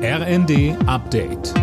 RND Update.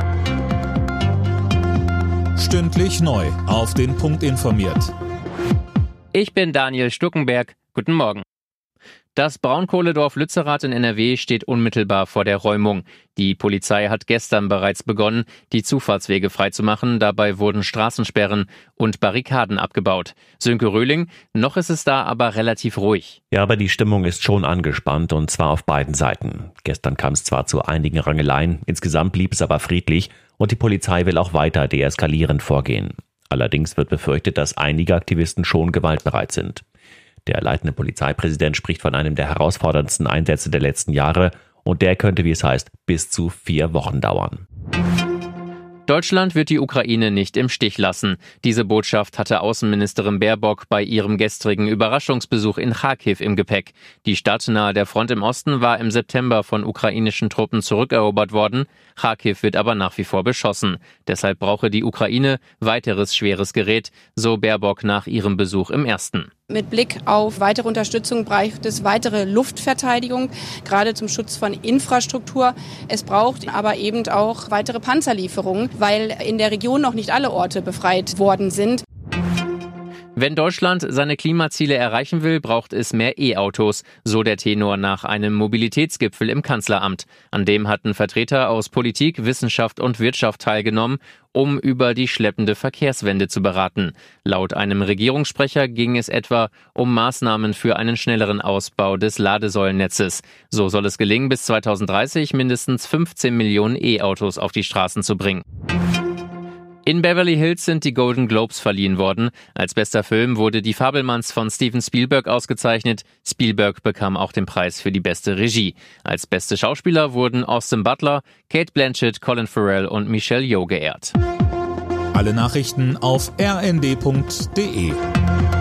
Stündlich neu auf den Punkt informiert. Ich bin Daniel Stuckenberg. Guten Morgen. Das Braunkohledorf Lützerath in NRW steht unmittelbar vor der Räumung. Die Polizei hat gestern bereits begonnen, die Zufahrtswege freizumachen. Dabei wurden Straßensperren und Barrikaden abgebaut. Sönke Röhling, noch ist es da aber relativ ruhig. Ja, aber die Stimmung ist schon angespannt und zwar auf beiden Seiten. Gestern kam es zwar zu einigen Rangeleien, insgesamt blieb es aber friedlich und die Polizei will auch weiter deeskalierend vorgehen. Allerdings wird befürchtet, dass einige Aktivisten schon gewaltbereit sind. Der leitende Polizeipräsident spricht von einem der herausforderndsten Einsätze der letzten Jahre und der könnte, wie es heißt, bis zu 4 Wochen dauern. Deutschland wird die Ukraine nicht im Stich lassen. Diese Botschaft hatte Außenministerin Baerbock bei ihrem gestrigen Überraschungsbesuch in Charkiw im Gepäck. Die Stadt nahe der Front im Osten war im September von ukrainischen Truppen zurückerobert worden. Charkiw wird aber nach wie vor beschossen. Deshalb brauche die Ukraine weiteres schweres Gerät, so Baerbock nach ihrem Besuch im Ersten. Mit Blick auf weitere Unterstützung braucht es weitere Luftverteidigung, gerade zum Schutz von Infrastruktur. Es braucht aber eben auch weitere Panzerlieferungen, weil in der Region noch nicht alle Orte befreit worden sind. Wenn Deutschland seine Klimaziele erreichen will, braucht es mehr E-Autos, so der Tenor nach einem Mobilitätsgipfel im Kanzleramt. An dem hatten Vertreter aus Politik, Wissenschaft und Wirtschaft teilgenommen, um über die schleppende Verkehrswende zu beraten. Laut einem Regierungssprecher ging es etwa um Maßnahmen für einen schnelleren Ausbau des Ladesäulennetzes. So soll es gelingen, bis 2030 mindestens 15 Millionen E-Autos auf die Straßen zu bringen. In Beverly Hills sind die Golden Globes verliehen worden. Als bester Film wurde Die Fabelmanns von Steven Spielberg ausgezeichnet. Spielberg bekam auch den Preis für die beste Regie. Als beste Schauspieler wurden Austin Butler, Cate Blanchett, Colin Farrell und Michelle Yeoh geehrt. Alle Nachrichten auf rnd.de.